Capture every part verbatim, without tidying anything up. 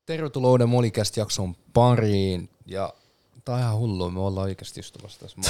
Tervetuloa uuden Molicast-jakson pariin. Ja tää on ihan hullua, me ollaan oikeesti istumassa tässä.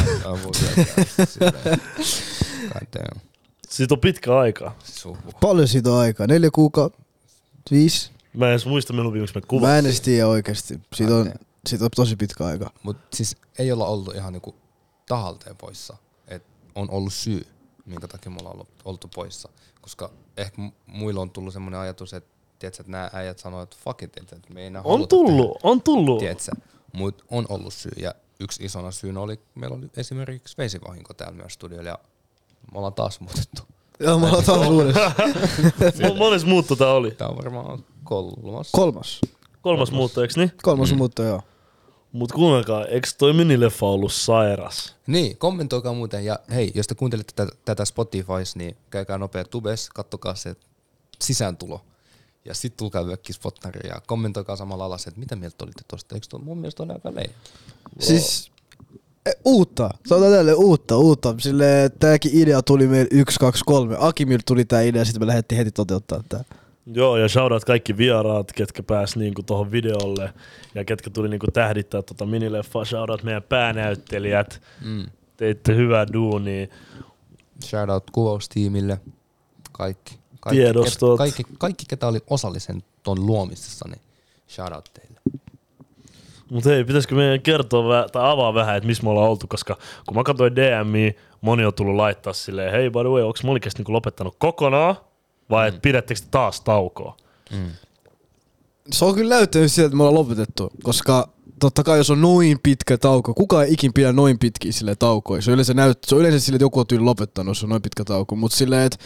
Siitä on pitkä aika. Paljon siitä on aikaa. Neljä kuukautta? Viisi? Mä en edes muista, milloin viimeksi me kuvattiin. Mä en edes tiedä oikeesti. Siitä on, siitä on tosi pitkä aika. Mut siis ei olla oltu ihan niinku tahalteen poissa. Et on ollut syy, minkä takia me ollaan ollut, oltu poissa. Koska ehkä muilla on tullut semmonen ajatus, että tiedätkö, että nää äijät sanoo, että fuck it, että me ei enää On tullut, tehdä. on tullut. Tiedätkö, mut on ollut syy. Ja yksi isona syynä oli, meillä oli esimerkiksi vesivahinko täällä myös studiolla ja me ollaan taas muutettu. Joo, me ollaan taas uudessa. Mones muutto tää oli? Tää on varmaan kolmas. Kolmas. Kolmas muutto, eiks niin? Kolmas mm. muutto, joo. Mut kuunnelkaa, eiks toi minileffa ollut sairas? Niin, kommentoikaa muuten. Ja hei, jos te kuuntelette tätä, tätä Spotifys, niin käykää nopea tubes, kattokaa se sisääntulo. Ja sit tulkaa vyökkiä Spotnariin ja kommentoikaa samalla alas, että mitä mieltä olitte tosta. Eikö tuo mun mielestä ole aika leija? Siis e, uutta. Sanotaan tälleen uutta, uutta. Silleen tääkin idea tuli meille yksi, kaksi, kolme. Akimilta tuli tää idea, sitten me lähdettiin heti toteuttaa tää. Joo, ja shoutout kaikki vieraat, ketkä pääs niinku tohon videolle ja ketkä tuli niinku tähdittää tota minileffaa. Shoutout meidän päänäyttelijät. Mm. Teitte hyvää duunia. Shoutout kuvaustiimille. Kaikki. Kaikki, Tiedostot. Ket, kaikki, kaikki, ketä oli osallisen ton luomisessa, niin shoutout teille. Mut hei, pitäisikö meidän kertoa väh- tai avaa vähän, että missä me ollaan oltu, koska kun mä katsoin D M:iä, moni on tullut laittaa silleen, hei by the way, onko Molicast niinku lopettanut kokonaan vai mm. et pidättekö taas taukoa? Mm. Se on kyllä näyttänyt siltä, että me ollaan lopetettu, koska totta kai jos on noin pitkä tauko, kukaan ei ikin pidä noin pitkiä silleen taukoja. Se on yleensä, näyt- se on yleensä silleen, että joku on tyyli lopettanut, jos on noin pitkä tauko, mutta silleen, että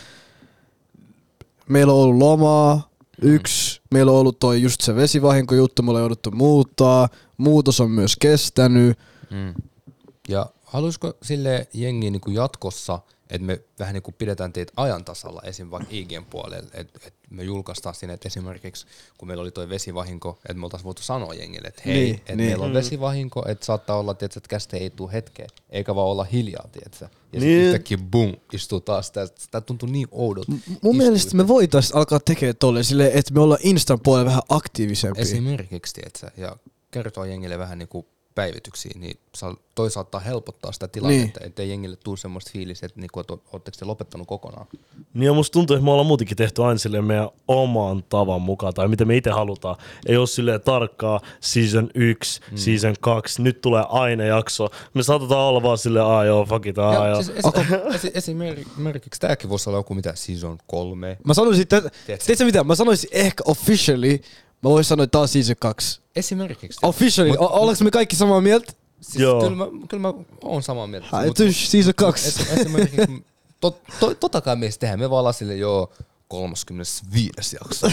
meillä on ollut lomaa, yksi, mm. meillä on ollut toi just se vesivahinkojuttu, me ollaan jouduttu muuttaa, muutos on myös kestänyt. Mm. Ja haluaisiko sille jengi niinku jatkossa, että me vähän niinku pidetään teitä ajan tasalla esim. Vaikka I G:n puolella, että et me julkaistaan sinne, että esimerkiksi kun meillä oli toi vesivahinko, että me oltaisiin voitu sanoa jengille, että hei, niin, että niin. meillä on mm. vesivahinko, että saattaa olla, että käste ei tule hetkeen, eikä vaan olla hiljaa, tietsä. Ja niin. sitten yhtäkkiä boom, istuu taas. Tämä tuntuu niin oudolta. M- mun mielestä me voitaisiin alkaa tekemään tolleen silleen, että me ollaan Instan puolella vähän aktiivisempia. Esimerkiksi, tietsä, ja kertoa jengille vähän niinku päivityksiä, niin toi saattaa helpottaa sitä tilannetta, niin. ettei jengille tule semmoista fiilistä, että niinku, ootteko te lopettanut kokonaan. Niin ja musta tuntuu, että me ollaan muutenkin tehty aina silleen meidän oman tavan mukaan, tai mitä me itse halutaan. Ei ole silleen tarkkaa season yksi, mm. season kaksi, nyt tulee aina jakso. Me saatetaan olla vaan silleen, aah joo, fuck it, aah joo. Siis esi- esimerkiksi tääkin voisi olla joku mitä season kolme. Mä sanoisin, että, tiedätkö mitä, mä sanoisin ehkä officially, mä voisin sanoa, että tää on season kaksi. Esimerkiksi. Officially. Mut, o- ollaanko me kaikki samaa mieltä? Siis joo. Kyllä mä, kyllä mä oon samaa mieltä. Haitus, season kaksi. Es, esimerkiksi, to, to, totta kai meistä tehdään. Me vaan ollaan silleen, joo, kolmaskymmenesviides jakso.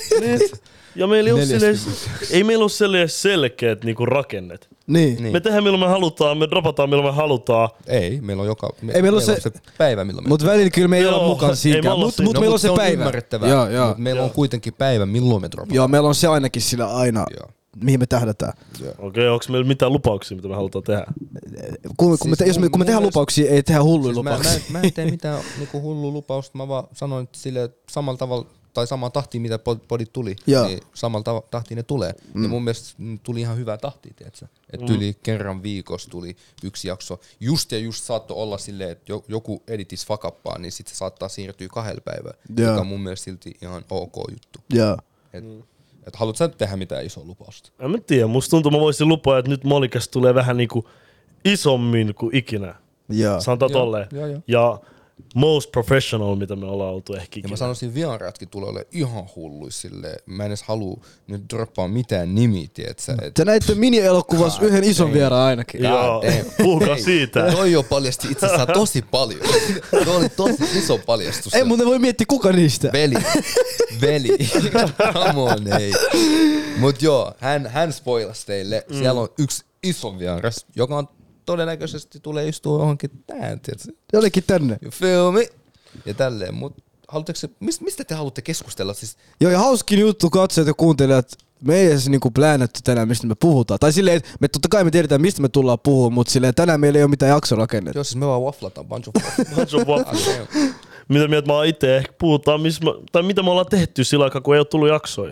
Ja meillä ei, silleen, ei meillä ole silleen selkeät niinku rakennet. Niin. Me tehdään milloin me halutaan, me dropataan milloin me halutaan. Ei, meillä on joka me, ei, meillä on se, se päivä milloin me. Mut välillä kyllä me ei olla mukaan siinä. Mut, mut no, meillä on se, se päivä. Ymmärrettävää. Joo, joo. Mut meillä joo. on kuitenkin päivä milloin me dropataan. Joo, meillä on se ainakin sillä aina. Joo. Mihin me tähdätään. Okei, okay, onko meillä mitään lupauksia, mitä me halutaan tehdä? Kun, kun, siis me, te, jos me, kun me tehdään lupauksia, ei tehdä hulluja siis lupauksia. Mä, mä, mä en tee mitään niinku hullua lupausta, mä vaan sanoin sille samalla tavalla, tai samaan tahtiin, mitä podit tuli, ja. niin samalla tahtiin ne tulee. Mm. Ja mun mielestä tuli ihan hyvää tahtia, tiiätsä. Että yli mm. kerran viikossa tuli yksi jakso. Just ja just saattoi olla silleen, että joku editis fakappaa, niin sit se saattaa siirtyä kahdella päivää. Ja. Joka on mun mielestä silti ihan ok juttu. Ja. Et, mm. et haluat sä tehdä mitään isoa lupausta? En mä tiedä, musta tuntuu, mä voisin lupaa, että nyt Molicast tulee vähän niinku isommin kuin ikinä. Ja. Sanotaan tolleen. Ja, ja. ja most professional, mitä me ollaan oltu ehkä ikinä. Ja mä sanoisin, vieraatkin tulee olemaan ihan hulluis silleen. Mä en edes halua nyt droppaa mitään nimiä, tietsä. Et... Te näitte mini-elokuvassa yhden ison vieraan ainakin. Joo, puhukaa siitä. Toi jo paljasti itse asiassa tosi paljon. Toi oli tosi iso paljastus. Ei, mutta voi miettiä kuka niistä. Veli. Veli. Come on, ei. Mut joo, hän, hän spoilasi teille. Mm. Siellä on yksi iso vieras, joka on todennäköisesti tulee istua johonkin tähän, tietsä. Jollekin tänne. You feel me? Ja tälleen, mut haluatteko, mistä, mistä te haluatte keskustella? Siis... Joo, ja hauskin juttu katsojat ja kuuntelijat, me ei edes niinku plänätty tänään, mistä me puhutaan. Tai silleen, että me totta kai me tiedetään, mistä me tullaan puhumaan, mutta silleen tänään meillä ei ole mitään jaksorakennetta. Joo, siis me vaan wafflataan, bunch of wafflataan. Bunch of wafflataan. Mitä mieltä mä oon itse ehkä puhutaan, missä mä, tai mitä me ollaan tehty sillä aikaa, kun ei ole tullut jaksoja.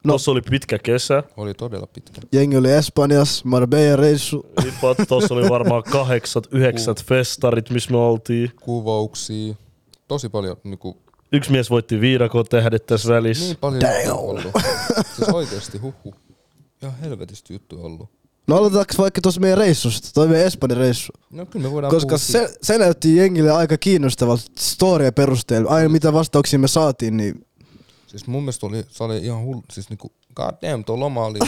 No. Tossa oli pitkä kesä. Oli todella pitkä. Jengi oli Espanjassa, Marbella-reissu. Lipat, tossa oli varmaan kahdeksat, yhdeksät festarit, missä me oltiin. Kuvauksia. Tosi paljon niinku... Yksi mies voitti viidakon tähdet tässä välissä. Niin paljon on ollut. Siis oikeesti huhhuh. Ihan helvetisti juttuja ollut. No aloitetaanko vaikka tuossa meidän reissusta, toi meidän Espanjan reissu? No kyllä me voidaan Koska se, se näytti jengille aika kiinnostavalta storia perusteella. Aina mitä vastauksia me saatiin, niin... Siis mun mielestä oli, se oli ihan hullu, siis niinku, god damn, tuo loma oli...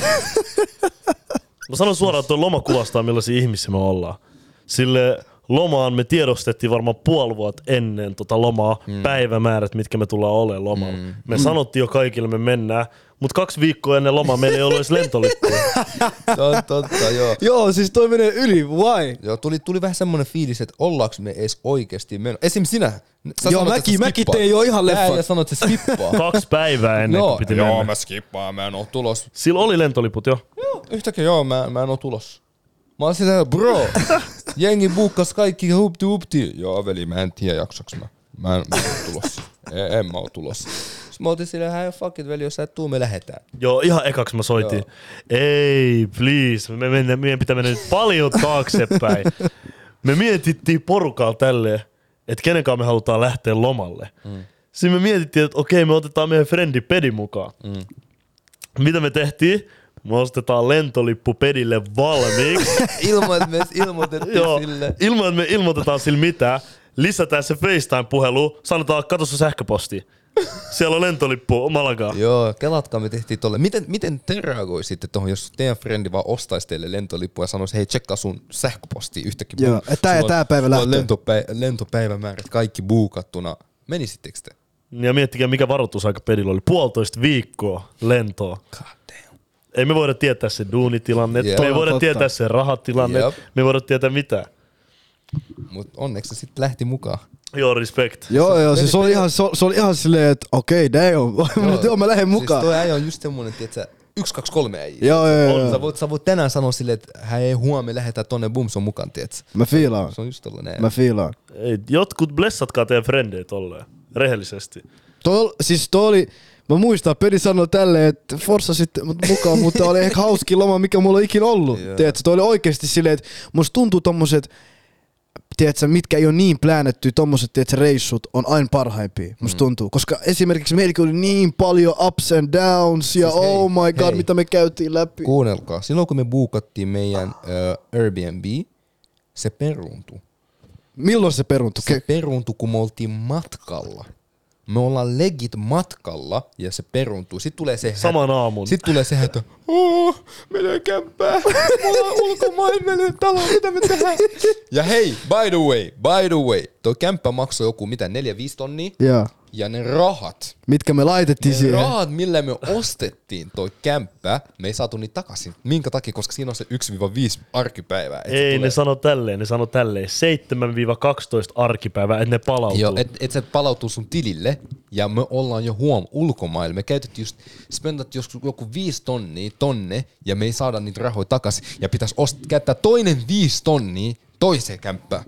Mä sanon suoraan, että tuo loma kuvastaa millaisia ihmisiä me ollaan. Sille lomaan me tiedostettiin varmaan puoli vuotta ennen tota lomaa, mm. päivämäärät, mitkä me tullaan olemaan lomalla. Mm. Me mm. sanottiin jo kaikille, me mennään, mutta kaksi viikkoa ennen lomaa meillä ei ollut edes lentolippuja. Totta, totta, joo. Joo, siis toi menee yli, why? Joo, tuli, tuli vähän semmonen fiilis, että ollaanko me edes oikeesti meno. Esim. sinä. Sä joo, mäkin, mäkin tein jo ihan leffa. Ja sanoit, että se skippaa. Kaksi päivää ennen kuin piti joo, mennä. Joo, mä skippaan, mä en oo tulos. Sillä oli lentoliput jo. Joo, yhtäkkiä joo, mä, mä en oo tulos. Mä oon sitä, bro, jengi buukkas kaikki hupti hupti. Joo, veli, mä en tiedä jaksaks mä. Mä en, mä en oo tulossa. En, en mä oo tulossa. Sitten mä oltiin silleen, hei fuck it, veli, jos sä et tuu, me lähetään. Joo, ihan ekaksi mä soitin. Joo. Ei, please, me mennään, meidän pitää mennä nyt paljon taaksepäin. Me mietittiin porukalla tälleen, että kenenkaan me halutaan lähteä lomalle. Mm. Sitten me mietittiin, että okei, me otetaan meidän frendi Pedi mukaan. Mm. Mitä me tehtiin? Me ostetaan lentolippu Pedille valmiiksi. Ilman, että me ilmoitettiin Joo, sille. Ilman, että me ilmoitetaan sille mitään. Lisätään se FaceTime-puhelu. Sanotaan, katso sun sähköposti. Siellä on lentolippu Malagaan. Joo, kelatkaa me tehtiin tolle. Miten, miten te reagoisitte tohon, jos teidän frendi vaan ostaisi teille lentolippu ja sanoisi, hei, tsekkaa sun sähköpostia yhtäkkiä. Joo, että tää ja tää päivä lähtee. Lentopäivä, lentopäivämäärät, kaikki buukattuna. Menisittekö te? Ja miettikää, mikä varoitusaika Pedillä oli. Puolitoista viikkoa lentoa. God damn. Ei me voida tietää se duunitilanne, yep. me ei voida Totta. tietää se rahatilanne, yep. me ei voida tietää mitään. Mut onneksi se sitten lähti mukaan. Joo, respect. Joo, joo, siis se oli ihan, se, se oli ihan silleen, että okei, okay, damn, mutta joo, mä lähden mukaan. Siis toi äijä on just semmonen, että yksi, kaksi, kolme äijä. Joo, joo, joo. Sä voit, sä voit tänään sanoa silleen, että hei, huomenna lähdetään tonne, boom, se on mukaan, tietsä. Mä fiilaan. Se on just tollanen. Mä fiilaan. Ei, jotkut blessatkaa teidän frendejä tolleen, rehellisesti. Toi, siis toi oli, mä muistan, Pedi sanoi tälleen, että Forssa sitten mut mukaan, mutta oli ehkä hauskin loma, mikä mulla on ikinä ollut. Tiedätkö, toi oli oikeesti silleen, että musta tuntuu tommoset, tiedätkö, mitkä ei ole niin pläänetty, tommoset tiedätkö, reissut on aina parhaimpia, musta mm. tuntuu. Koska esimerkiksi meilläkin oli niin paljon ups and downs ja siis oh hei, my god, hei. mitä me käytiin läpi. Kuunnelkaa, silloin kun me buukattiin meidän uh, Airbnb, se peruuntui. Milloin se peruuntui? Se peruuntui, kun me oltiin matkalla. Me ollaan legit matkalla ja se peruuntuu. Sitten tulee se saman aamun. Sitten tulee se, että oh, menee kämppää. Me ollaan ulkomailla, menee taloon, mitä me tehdään? Ja hei, by the way, by the way, toi kämppä maksoi joku mitä, neljä viisi tonnia. Yeah. Ja ne rahat, mitkä me laitettiin ne siihen. rahat, millä me ostettiin toi kämppä, me ei saatu niitä takaisin. Minkä takia? Koska siinä on se yksi viisi arkipäivää. Ei, ne sano tälleen, ne sano tälleen. seitsemän kaksitoista arkipäivää, että ne palautuu. Joo, että et se palautuu sun tilille. Ja me ollaan jo huom ulkomailla. Me käytettiin just, spendat joku viisi tonnia tonne, ja me ei saada niitä rahoja takaisin. Ja pitäisi ost- käyttää toinen viisi tonnia toiseen kämppään.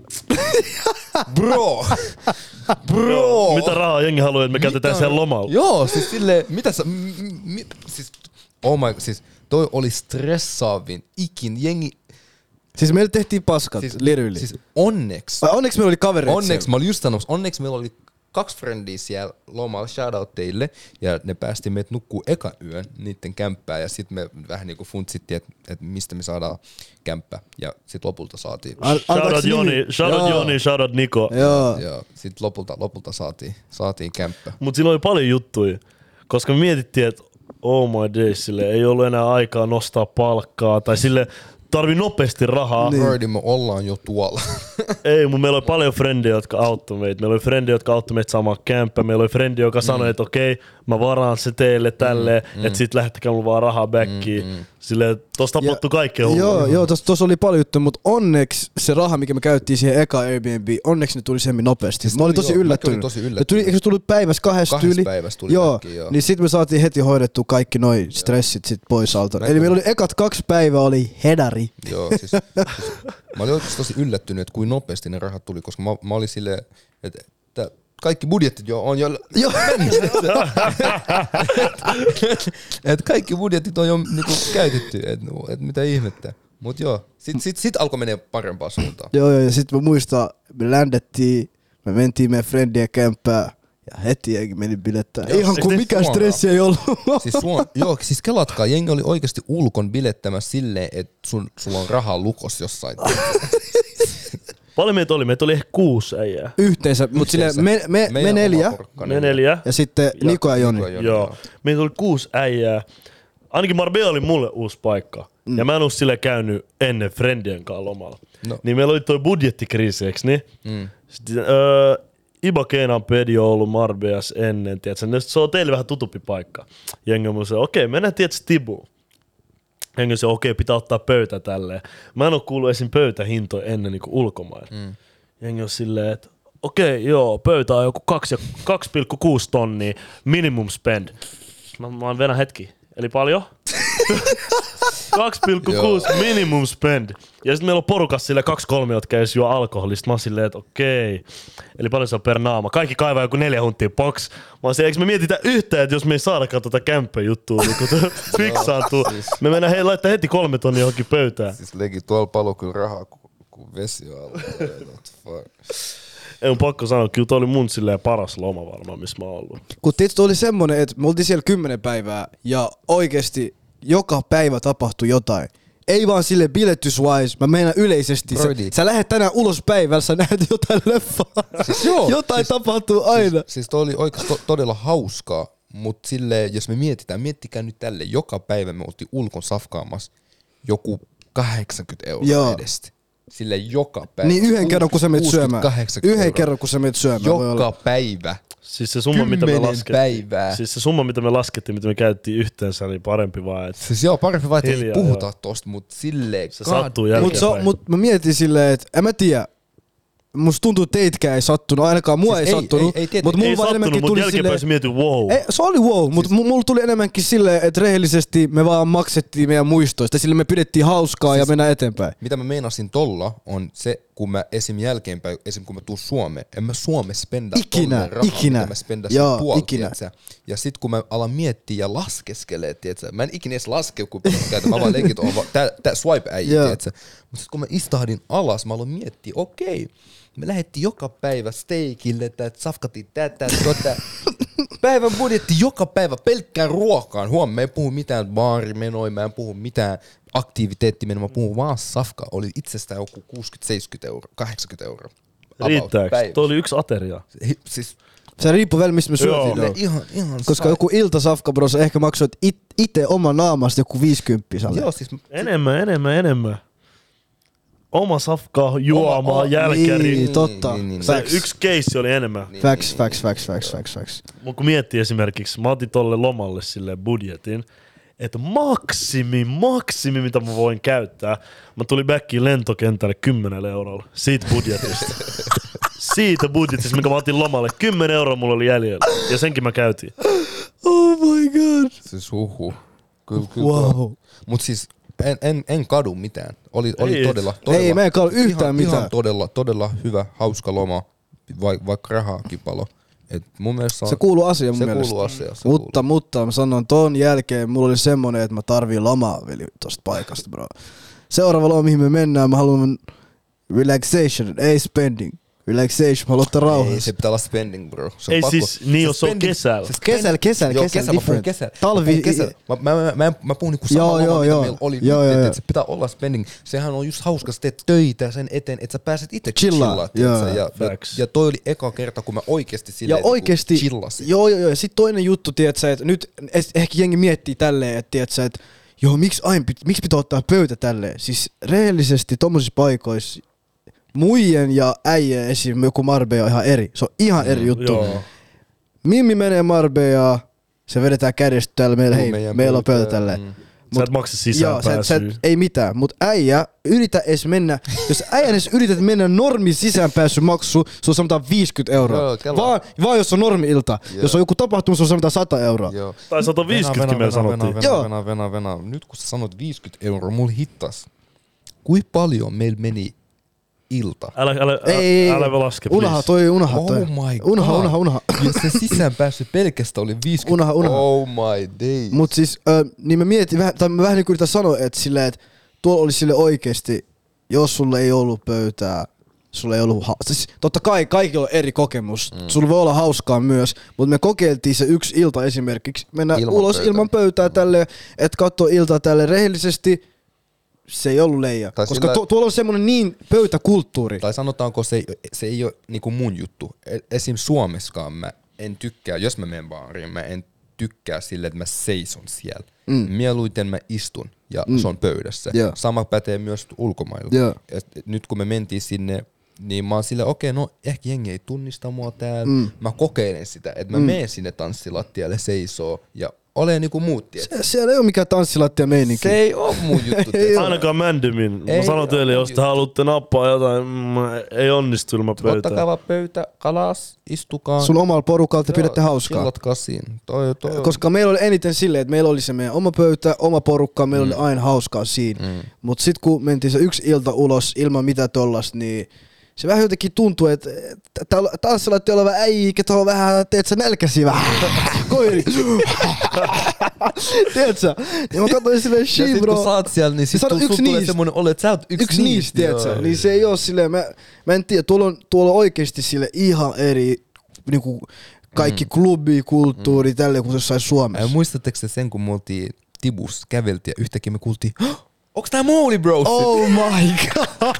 Bro! Bro! Mitä rahaa jengi haluaa, että me käytetään mitä? siellä lomalla? Joo, siis silleen, mitä sä, m- m- siis, oh my, siis toi oli stressaavin ikin, jengi. Siis meillä tehtiin paskat, siis, literally. Siis onneksi. Vai onneksi meillä oli kavereita Onneksi, siellä. mä olin just sanomassa, onneksi meillä oli kaksi frendiä siellä lomalla, shoutout teille, ja ne päästi meidät nukkuu eka yön niitten kämppään, ja sit me vähän niinku funtsittiin, että et mistä me saadaan kämppä, ja sit lopulta saatiin. An- shoutout Joni, shoutout Joni, shoutout Niko. Joo. Ja sit lopulta, lopulta saatiin, saatiin kämppä. Mut siinä oli paljon juttuja, koska me mietittiin, että oh my days, sille ei ollut enää aikaa nostaa palkkaa, tai sille tarvii nopeasti rahaa. Niin. Birdie, me ollaan jo tuolla. Ei, mutta meillä oli paljon frendejä, jotka auttoi meitä. Meillä oli frendejä, jotka auttoi meitä saamaan kämppä. Meillä oli frendejä, joka mm. sanoi, että okei, mä varaan se teille tälleen, mm. että sit lähettäkää mulla vaan rahaa backiin. Mm, mm. Silleen, tossa tapahtui kaikkea hullua. Joo, joo tossa, tossa oli paljon juttuja, mutta onneksi se raha, mikä me käyttiin siihen eka Airbnb, onneksi ne tuli semmin nopeasti. Siis mä olin tosi joo, yllättynyt. Tosi yllättynyt. Tuli, eikö se tullut päivässä kahdessa Kahdessa tyyli? päivässä tuli joo, kaikki, joo. Niin sit me saatiin heti hoidettua kaikki noi stressit sit pois alta. Eli meillä oli ekat kaksi päivää oli hedari. Joo, siis, siis mä olin oikeasti tosi yllättynyt, että kuin nopeasti ne rahat tuli, koska mä, mä olin silleen, että kaikki budjetit jo on jo Joo. et, et kaikki budjetit on jo niinku käytetty, et, et mitä ihmettä. Mut joo, sit, sit, sit alkoi menee parempaan suuntaan. Joo, joo, ja sit mä muistan, me ländettiin, me mentiin meidän friendien kämppään, ja heti jengi meni bilettää. Joo, Ihan kuin siis mikään suoraan. stressi ei ollut. Siis, suon, joo, siis kelatkaa, jengi oli oikeasti ulkon bilettämässä silleen, että sun, sulla on rahaa lukos jossain. Paljon meitä oli? Meitä oli ehkä kuusi äijää. Yhteensä, mutta silleen me, me, me neljä, Me neljä. ja sitten Niko ja Joni. Niko ja Joni. Joo. Meitä oli kuusi äijää. Ainakin Marbella oli mulle uusi paikka. Mm. Ja mä en oo sillä käynyt ennen friendien kanssa lomalla. No. Niin meillä oli toi budjettikriisi, eiks niin? Mm. Sitten, öö, Iba Keenan Pedi on ollut Marbeas ennen, tiiätkö? Se on teille vähän tutumpi paikka. Jengi on mun se, okei, okay, mennään tiiätkö Tibuun. Jengi on se, okei, okay, pitää ottaa pöytä tälleen. Mä en oo kuullut esim. Pöytähintoja ennen niin ulkomailla. Mm. Jengi on silleen, että okei, okay, joo, pöytä on joku kaksi pilkku kuusi tonnia minimum spend. Mä, mä oon venä hetki. Eli paljon? kaksi pilkku kuusi minimum spend. Ja sitten meillä on porukas sille kaksi kolme, jotka ei juo alkoholista. Mä oon silleen, että okei. Eli paljon se on per naama. Kaikki kaivaa joku neljä huntia box. Mä oon silleen, eikö me mietitä yhtään, että jos me ei saadakaan tota kämppä-juttua, niin kun fiksaantuu. Me mennään hei, laittaa heti kolme tonnia johonkin pöytään. Siis legi tuolla palo kyllä rahaa, kun, kun vesi on alla. Ei mun pakko sanoa, kyllä toi oli mun silleen paras loma varmaan, missä mä oon ollut. Kun tietysti oli semmonen, että me oltiin siellä kymmenen päivää, ja oikeesti joka päivä tapahtui jotain. Ei vaan sille biletyswise, mä meinaan yleisesti. Sä, sä lähdet tänään ulos päivällä, sä näet jotain leffaa. Siis joo, jotain siis, tapahtuu aina. Siis, siis toi oli oikeasti to, todella hauskaa, mutta silleen, jos me mietitään, miettikää nyt tälle, joka päivä me oltiin ulkon safkaamassa joku kahdeksankymmentä euroa joo. edestä. Silleen joka päivä. Niin yhden kerran, kun sä menet syömään. Yhden euroa. kerran, kun sä menet syömään. Joka päivä. Siis se summa, mitä me laskettiin. Päivää. Siis se summa, mitä me laskettiin, mitä me käytettiin yhteensä, niin parempi vaan, että... Siis joo, parempi vaan, että ei puhuta tosta, mut silleen... Se sattuu jälkeenpäin. Mut, so, mut mä mietin silleen, että en mä tiedä. Musta tuntuu, että teitkään ei sattunut, ainakaan mua siis ei, ei sattunut. Ei, ei, mut mulla ei vaan sattunut, mutta jälkeenpäin se mietin wow. Ei, se oli wow, mutta siis, mulla tuli enemmänkin silleen, että rehellisesti me vaan maksettiin meidän muistoista. Sille me pidettiin hauskaa siis, ja mennään eteenpäin. Mitä mä meinasin tolla on se, kun mä esim. Jälkeenpäin, esim. Kun mä tuun Suomeen, en mä Suomessa spendaa ikinä, rahaa, ikinä. mitä mä spendasin Joo, tuolta, ikinä. Tiiätsä? Ja sit kun mä alan miettiä ja laskeskelee, tiiätsä? Mä en ikinä edes laske, kun käytän, mä vaan leikit on tää, tää swipe-äijä, tiiätsä? Mut sit kun mä istahdin alas, mä aloin miettiä, okei, me lähdettiin joka päivä steikille, tät, safkatiin tätä, tota. Päivän budjetti joka päivä pelkkään ruokaan. Huom, mä en puhu mitään baarimenoja, mä en puhu mitään aktiviteettimenoja, mä puhun vaan safka. Oli itsestään joku kuusikymmentä seitsemänkymmentä euroa, kahdeksankymmentä euroa. Riittääkö? Toi oli yksi ateria. Siis, se riippuu vielä, mistä me syötiin. No. Ihan, ihan koska sai. Joku iltasafka, bro, sä ehkä maksoit it, itse oman naamasta joku viisikymmentä. Joo, siis, enemmän, enemmän, enemmän. Oma safka juomaa jälkäri. Niin, totta. Niin, niin, niin. Yksi keissi oli enemmän. Niin, facts, niin, facts, facts, facts, facts, facts. Mut kun miettii esimerkiksi, mä otin tolle lomalle silleen budjetin, että maksimi, maksimi mitä mä voin käyttää. Mä tulin backiin lentokentälle kymmenellä eurolla. Siitä budjetista. Siitä budjetista, mikä mä otin lomalle. Kymmenen euroa mulla oli jäljellä. Ja senkin mä käytiin. Oh my god. Siis huhu. Kyllä, kyllä. Wow. Mut siis en, en, en kadu mitään. Oli, oli todella, todella... Ei, mä en kadu yhtään ihan, mitään. Ihan todella, todella hyvä, hauska loma, vaikka vaik rahaakin palo. Et mun mielestä on, se kuuluu asiaan mun se mielestä. Kuuluu asia, se mutta, kuuluu. mutta mä sanon, ton jälkeen mulla oli semmonen, että mä tarviin lomaa veli tosta paikasta, bro. Seuraava loma, mihin me mennään, mä haluan relaxation, ei spending. Relaxation, mä haluan ottaa rauhassa. Ei, se pitää olla spending, bro. Se ei pakko. siis, niin jos se on kesällä. Siis kesällä, kesällä, joo, kesällä, kesällä, different. Kesällä. Talvi. Kesällä. Mä, mä, mä, mä, mä puhun niinku sama joo, loma, joo, mitä joo. meillä oli. Joo, nyt, joo, et, joo. et se pitää olla spending. Sehän on just hauska, sä teet töitä sen eteen, että sä pääset itse chillaa. Joo, ja, ja, ja toi oli eka kerta, kun mä oikeesti silleen ja oikeesti, niin chillasin. Joo, joo, joo. Ja sit toinen juttu, tietsä, että nyt ehkä jengi miettii tälleen, että tietsä, että joo, miksi, aina, miksi pitää ottaa pöytä tälleen? Siis rehellisesti tommosissa paikoissa muijen ja äijien esim. Joku Marbella on ihan eri. Se on ihan eri juttu. Joo. Mimmi menee Marbellaan, se vedetään kädestä täällä meillä, hei, meillä on pöytä tälleen. Mm. Sä et maksa sisäänpääsyä. Ei mitään, mutta äijä, yritä edes mennä, jos äijän edes yrität mennä normi sisäänpääsymaksu, se on sanotaan viisikymmentä euroa. Joo, vaan, vaan jos on normi-ilta. Joo. Jos on joku tapahtuma, se on sanotaan sata euroa. Joo. Tai sata viisikymmentä meillä sanottiin. Venä, venä, venä, venä, venä. Nyt kun sä sanot viisikymmentä euroa, mulla hittas. Kuinka paljon meillä meni ilta. Älä, älä, Ei, älä, älä laske, unaha, please. toi unaha, Oh toi. my god. Unaha, unaha, unaha. Ja se sisään päässyt pelkästään oli viisikymmentä. Unaha, unaha. Oh my days. Mut siis, ö, niin mä mietin, vähän, tai mä vähän niin kuin yritän sanoa, että silleen, että tuolla oli sille oikeesti, jos sulla ei ollut pöytää, sulla ei ollut, ha- siis totta kai kaikilla on eri kokemus, mm. sulla voi olla hauskaa myös, mutta me kokeiltiin se yksi ilta esimerkiksi, mennä Ilman ulos pöytää. ilman pöytää tälle, että katso iltaa tälle rehellisesti, se ei ollut leija, Tai koska sillä- tu- tuolla on semmonen niin pöytäkulttuuri. Tai sanotaanko se ei, se ei ole niinku mun juttu. E- Esim. Suomessakaan mä en tykkää, jos mä menen baariin, mä en tykkää sille, että mä seison siellä. Mm. Mieluiten mä istun ja Mm. se on pöydässä. Joo. Sama pätee myös ulkomailla. Joo. Et, et nyt kun me mentiin sinne, niin mä oon silleen, okei, okay, no ehkä jengi ei tunnista mua täällä. Mm. Mä kokeilen sitä, että mä Mm. menen sinne tanssilattialle seisoo ja olen niinku muut, tiet. Se, siellä ei ole mikään tanssilattia meininki. Se ei oo mun juttu. Ei tiet. oo. Ainakaan Mändymin. Mä Ei sanon teille, oo jos te juttu. haluatte nappaa jotain, mm, ei onnistu ilman pöytää. Ottakaa vaan pöytä, kalas, istukaa. Sun omalla porukalla te Joo, pidätte hauskaa. chillatkaa siinä. Toi, toi on- Koska meillä oli eniten silleen, että meillä oli se meidän oma pöytä, oma porukka, meillä mm. oli aina hauskaa siinä. Mm. Mut sit kun mentiin se yksi ilta ulos ilman mitä tollasta, niin se vähän jotenkin tuntui, että tanssilattia oleva äijä, ketä on vähän, teet sä nälkäsi vähän, koiri. Tiedät sä? Ja mä katsoin silleen, Ja shit sit bro. kun sä oot siellä, niin sit Sä oot sul, sul yksi tulee niistä. semmonen olo, että sä oot yksi, Yksi niistä, tiedät sä? joo. Niin se ei oo silleen, mä, mä en tiedä, tuolla on, tuolla on oikeesti sille ihan eri, niinku kaikki mm. klubi, kulttuuri, mm. tälleen kuin se jossain Suomessa. Ai, muistatteko te sen, kun me oltiin Tibus, käveltiin ja yhtäkkiä me kuultiin, "Hah, onks tää Mouli Bros? Oh my god.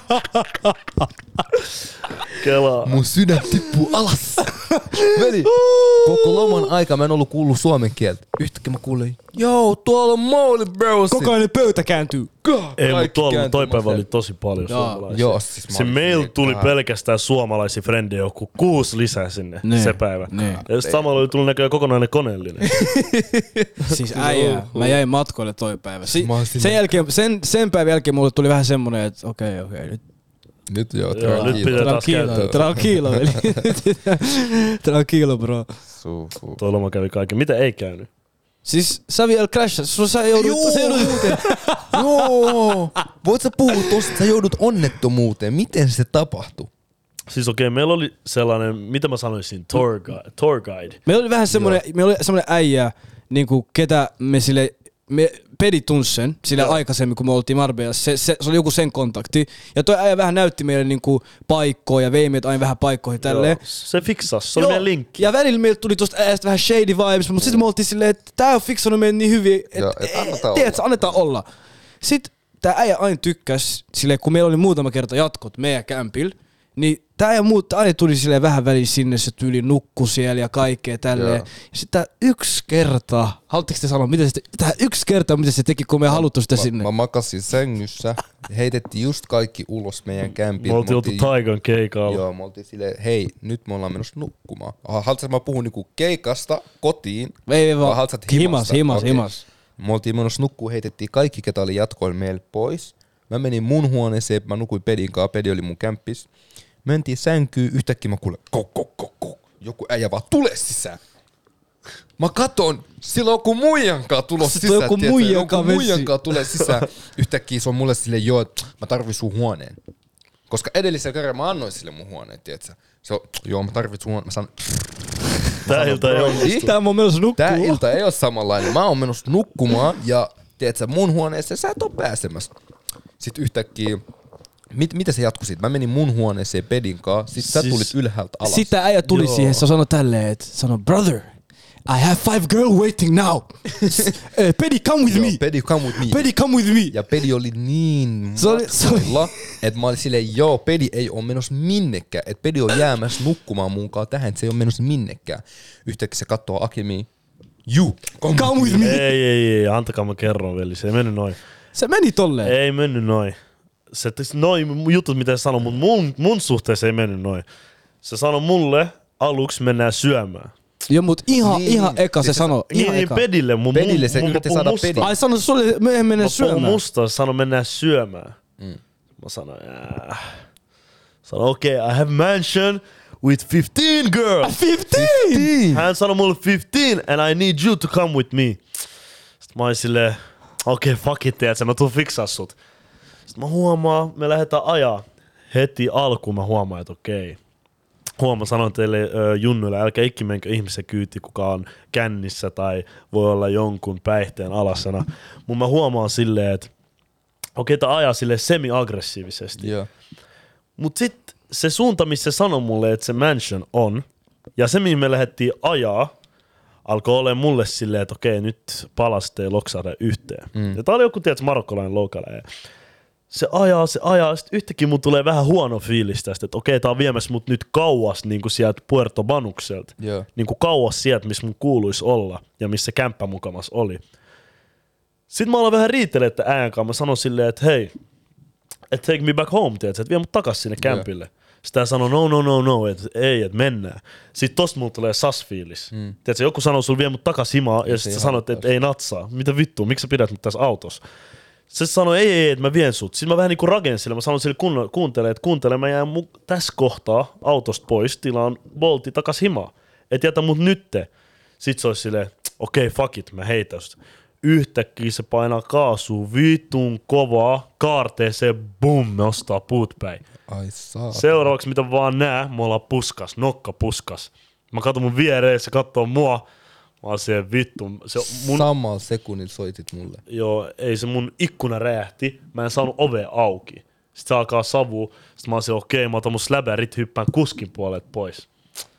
Kelaa. Mun sydän tippuu alas. Veli, koko loman aika mä en ollut kuullut suomen kieltä. Yhtäkkiä mä kuulin, joo, tuolla on Mouli Bros. Koko ajan pöytä kääntyy. Ei, mutta tuolla kääntyi toi päivä mun oli tosi paljon Joo. suomalaisia. Joo, siis mä Se olin meillä silleen, tuli "Kaa." pelkästään suomalaisia frendejä, joku kuusi lisää sinne Ne, se päivä. ne. Ja samalla oli tullut näköjään kokonainen koneellinen. Siis äijä, mä jäin matkoille toi päivä. Si- Mä oon sen, silleen- jälkeen, sen, sen päivän jälkeen mulle tuli vähän semmonen, että okei, okay, okei, okay, nyt Nyt joo, Joo, nyt tranquilo. pitää taas tranquilo, käyttää. tranquilo, veli. Tranquilo, bro. Suuhuu. Tuo loma kävi kaiken. Mitä ei käynyt? Siis sä vielä crashas, sun sä joudut, Joo, sä joudut muuten. Joo. Voit sä puhua tosta, sä joudut onnettomuuteen. Miten se tapahtui? Siis okei, okay, meillä oli sellainen, mitä mä sanoisin, tour guide. Tour guide. Meillä oli vähän semmonen, meillä oli semmonen äijä, niinku ketä me sille, me Pedi tunsi sen sille aikaisemmin, kun me oltiin Marbellassa. Se, se, se oli joku sen kontakti. Ja toi äijä vähän näytti meille niinku paikkoja ja vei meitä aina vähän paikkoihin tälleen. Joo, se fiksas, se oli Joo. meidän linkki. Ja välillä meiltä tuli tosta äijästä vähän shady vibes, mutta sitten me oltiin silleen, että tää on fiksannut meidän niin hyvin, Joo, että et annetaan tiedätkö, annetaan olla. Sitten tää äijä aina tykkäs, silleen kun meillä oli muutama kerta jatkot meidän kämpillä, niin tää äijä muut, aina tuli silleen vähän väliin sinne, se tyyli nukku siellä ja kaikkea tälleen. Joo. Ja sitten tää yksi kerta, haluatteko te sanoa, mitä se, tää yksi kerta, mitä se teki, kun me ei haluttu sitä Mä, sinne? mä makasin sängyssä, heitettiin just kaikki ulos meidän kämpiltä. Me oltiin oltu Taigan keikalla. Joo, me oltiin silleen, hei, nyt me ollaan menossa nukkumaan. Aha, haluatko mä puhun niinku keikasta kotiin? Ei, ei vai vaan, haluatko sä himas, himasta? himas, Okei. himas. Me oltiin menossa nukkuun, heitettiin kaikki, ketä oli jatkoilla meillä pois. Mä menin mun huoneeseen, mä nukuin Pedin kanssa, Pedi oli mun kämppis. Mentiin sänkyyn, yhtäkkiä mä kuulen, kok, kok, kok, kok. Joku äijä vaan, tule sisään. Mä katon, sillä on joku muijankaa tulos Se sisään. on joku tiedätkö? muijankaa Joku messi. muijankaa tulee sisään. Yhtäkkiä se on mulle silleen, joo, että mä tarvitsen sun huoneen. Koska edellisellä kerralla mä annoin sille mun huoneen, tiedätkö? Se on, joo, mä tarvitsen sun huoneen. Mä sanon, Tää ilta ei onnistu. Tää on menossa nukkuu. tää ilta ei ole samanlainen. Mä oon menossa nukkumaan ja tiedätkö, mun huoneeseen sä et oo pääsemässä. Sitten yhtäkkiä, mit, mitä se jatkui siitä? Mä menin mun huoneeseen Pedin kanssa, sit sä Siis- tulit ylhäältä alas. Sitten äijä tuli Joo. siihen, se sanoi tälleen, että sano, brother, I have five girl waiting now. Eh, Pedi, come with me. Joo, Pedi, come with me. Pedi, come with me. Ja Pedi oli niin Se oli- se oli- matkoilla, että mä olin silleen, joo, Pedi ei ole menossa minnekään. Että Pedi on jäämässä nukkumaan munkaan tähän, että se ei ole menossa minnekään. Yhtäkkiä se katsoo Akimiin. You, come, Come with me. Ei, ei, ei, antakaa mä kerron veli, se ei mennyt noin. Se meni tolleen. Ei mennyt noin. Se, noin jutut, mitä se sanoi, mutta mun, mun suhteessa ei mennyt noin. Se sanoi mulle, aluksi mennään syömään. Joo, mut ihan, Niin, ihan eka se se- sanoi. Niin, Ihan niin eka. Pedille, mun, Pedille se mun, yritti mun saada musta. Pedi. Ai sano sulle myöhemmin mennä Mä puhun syömään. musta, sano mennään syömään. Mm. Mä sanoin, jää. Sanoin, okei, okay, I have mansion with fifteen girls. fifteen! Hän sanoi mulle fifteen and I need you to come with me. Sitten mä olin silleen, okei, okay, fuck it, tiedätkö, mä tuun fiksaa sut. Sitten mä huomaan, me lähdetään ajaa. heti alkuun mä huomaan, että okei. Huomaan, sanon teille äh, junnuille, älkää ikinä menkö ihmisen kyyti, kuka on kännissä tai voi olla jonkun päihteen alassana. Mun mä huomaan silleen, että okei, tää ajaa silleen semi-aggressiivisesti. Yeah. Mut sit se suunta, missä se sanoi mulle, että se mansion on, ja se, mihin me lähdettiin ajaa, alkoi olemaan mulle silleen, että okei, nyt palasta ei loksaada yhteen. Mm. Ja tää oli joku, tiedätkö, marokkolainen loukale. Se ajaa, se ajaa, sit yhtäkkiä mun tulee vähän huono fiilis tästä, että okei, tää on viemässä mut nyt kauas niin kuin sieltä Puerto Banukselta. Yeah. Niin kuin kauas sieltä, missä mun kuuluisi olla, ja missä kämppä mukamas oli. Sitten mä aloin vähän riitellä, että äijän kanssa mä sanon silleen, että hei, että take me back home, tiedätkö, että vie mut takas sinne kämpille. Yeah. Sitten hän sanoi, no, no, no, no, että ei, että mennään. Sitten tosta mulla tulee sas-fiilis. Mm. Tiedätkö, joku sanoo sulle vie mut takas himaa, ja, ja sitten sä sanoit, että ei natsaa. Mitä vittua, miksi sä pidät mut tässä autossa? Se sanoi, ei, ei, että mä vien sut. Sitten mä vähän niinku rakensin sille, mä sanoin sille kuuntele, kuuntele että kuuntele, mä jään mu- tässä kohtaa autosta pois, tilaan Boltti takas himaa. Et jätä mut nytte. Sitten se olisi silleen, okei, okay, fuck it, mä heitän sitä. Yhtäkkiä se painaa kaasua vitun kovaa, kaarteeseen, bum, me ostaa puut päin. Ai saa. Seuraavaksi mitä vaan nää, me ollaan puskas, nokka puskas. Mä katson mun viereen, se katsoo mua. Mä oon siellä vittu. Se mun... Samalla sekunnilla soitit mulle. Joo, ei se mun ikkuna räjähti. Mä en saanut ovea auki. Sitten se alkaa savua. Sitten mä oon siellä, okei, okay, mä otan mun släbärit, hyppään kuskin puolet pois.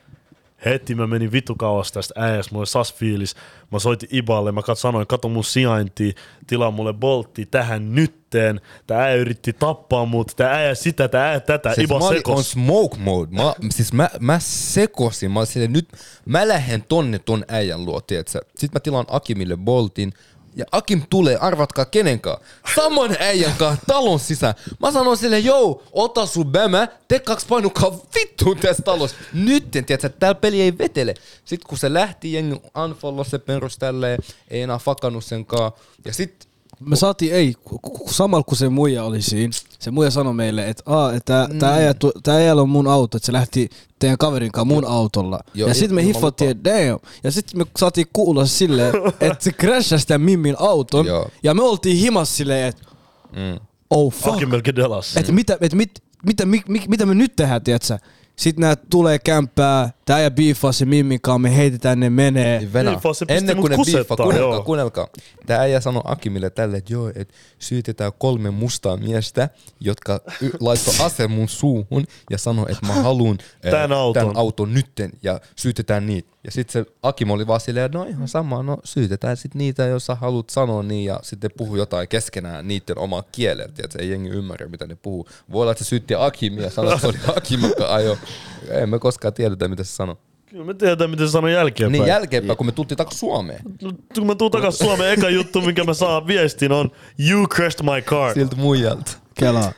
Heti mä menin vittu kauas tästä äijästä, mulla oli sas-fiilis. Mä soitin Iballe, mä kat, sanoin, kato mun sijaintia, tilaa mulle bolttia tähän nytteen. Tää äijä yritti tappaa mut, tää äijä sitä, tää äijä tätä, siis Iba sekos. on smoke mode. Mä, siis mä, mä sekosin, mä silleen, nyt mä lähden tonne ton äijän luo, tietsä. Sitten mä tilaan Akimille boltin. Ja Akim tulee, arvatkaa kenenkaan, saman äijän kanssa talon sisään. Mä sanon silleen, jou, ota sun bämä, te kaksi painukaa vittuun tässä talossa. Nyt, tiedätkö, täällä peli ei vetele. Sitten kun se lähti, jengi unfollow se perus tälleen, ei enää fakannut senkaan. Ja sit me saatiin, ei, samalla kun se muija oli siinä, se muija sanoi meille, että aa, että mm. tää äijä, tää äijällä on mun auto, että se lähti teidän kaverin kanssa mun autolla. Jo, ja sit me hiffottiin, että damn. Ja sit me saatiin kuulla silleen, että se crashasi sitä Mimmin auton. Jo. Ja me oltiin himas silleen, että mm. oh fuck. Että mitä, et mit, mitä, mit, mit, mitä me nyt tehdään, tiiätsä? Sitten nää tulee kämppää, tää äijä biifaa se Mimminkaan, me heitetään, ne menee. Venä. Ennen kuin ne biifaa, kuunnelkaa, kuunnelkaa. Tää äijä sanoi Akimille tälle, että joo, että syytetään kolme mustaa miestä, jotka y- laittoi ase mun suuhun ja sanoi, että mä haluun tän äh, auton. tän auton nytten ja syytetään niitä. Ja sit se Akim oli vaan silleen, no ihan sama, no syytetään sit niitä, jos sä haluat sanoa niin ja sitten puhu jotain keskenään niiden omaa kielellä, että ei jengi ymmärrä, mitä ne puhuu. Voi olla, että se syytti Akimia ja sanoi, että se oli Akim, joka ajoi. Ei me koskaan tiedetä, mitä se sanoi. Kyllä me tiedetään, mitä se sanoi jälkeenpäin. Niin jälkeenpäin, kun me tultiin takas Suomeen. Kun me tuun takas Suomeen, eka juttu, minkä mä saan viestin on you crashed my car. Siltä muijalta. Kela.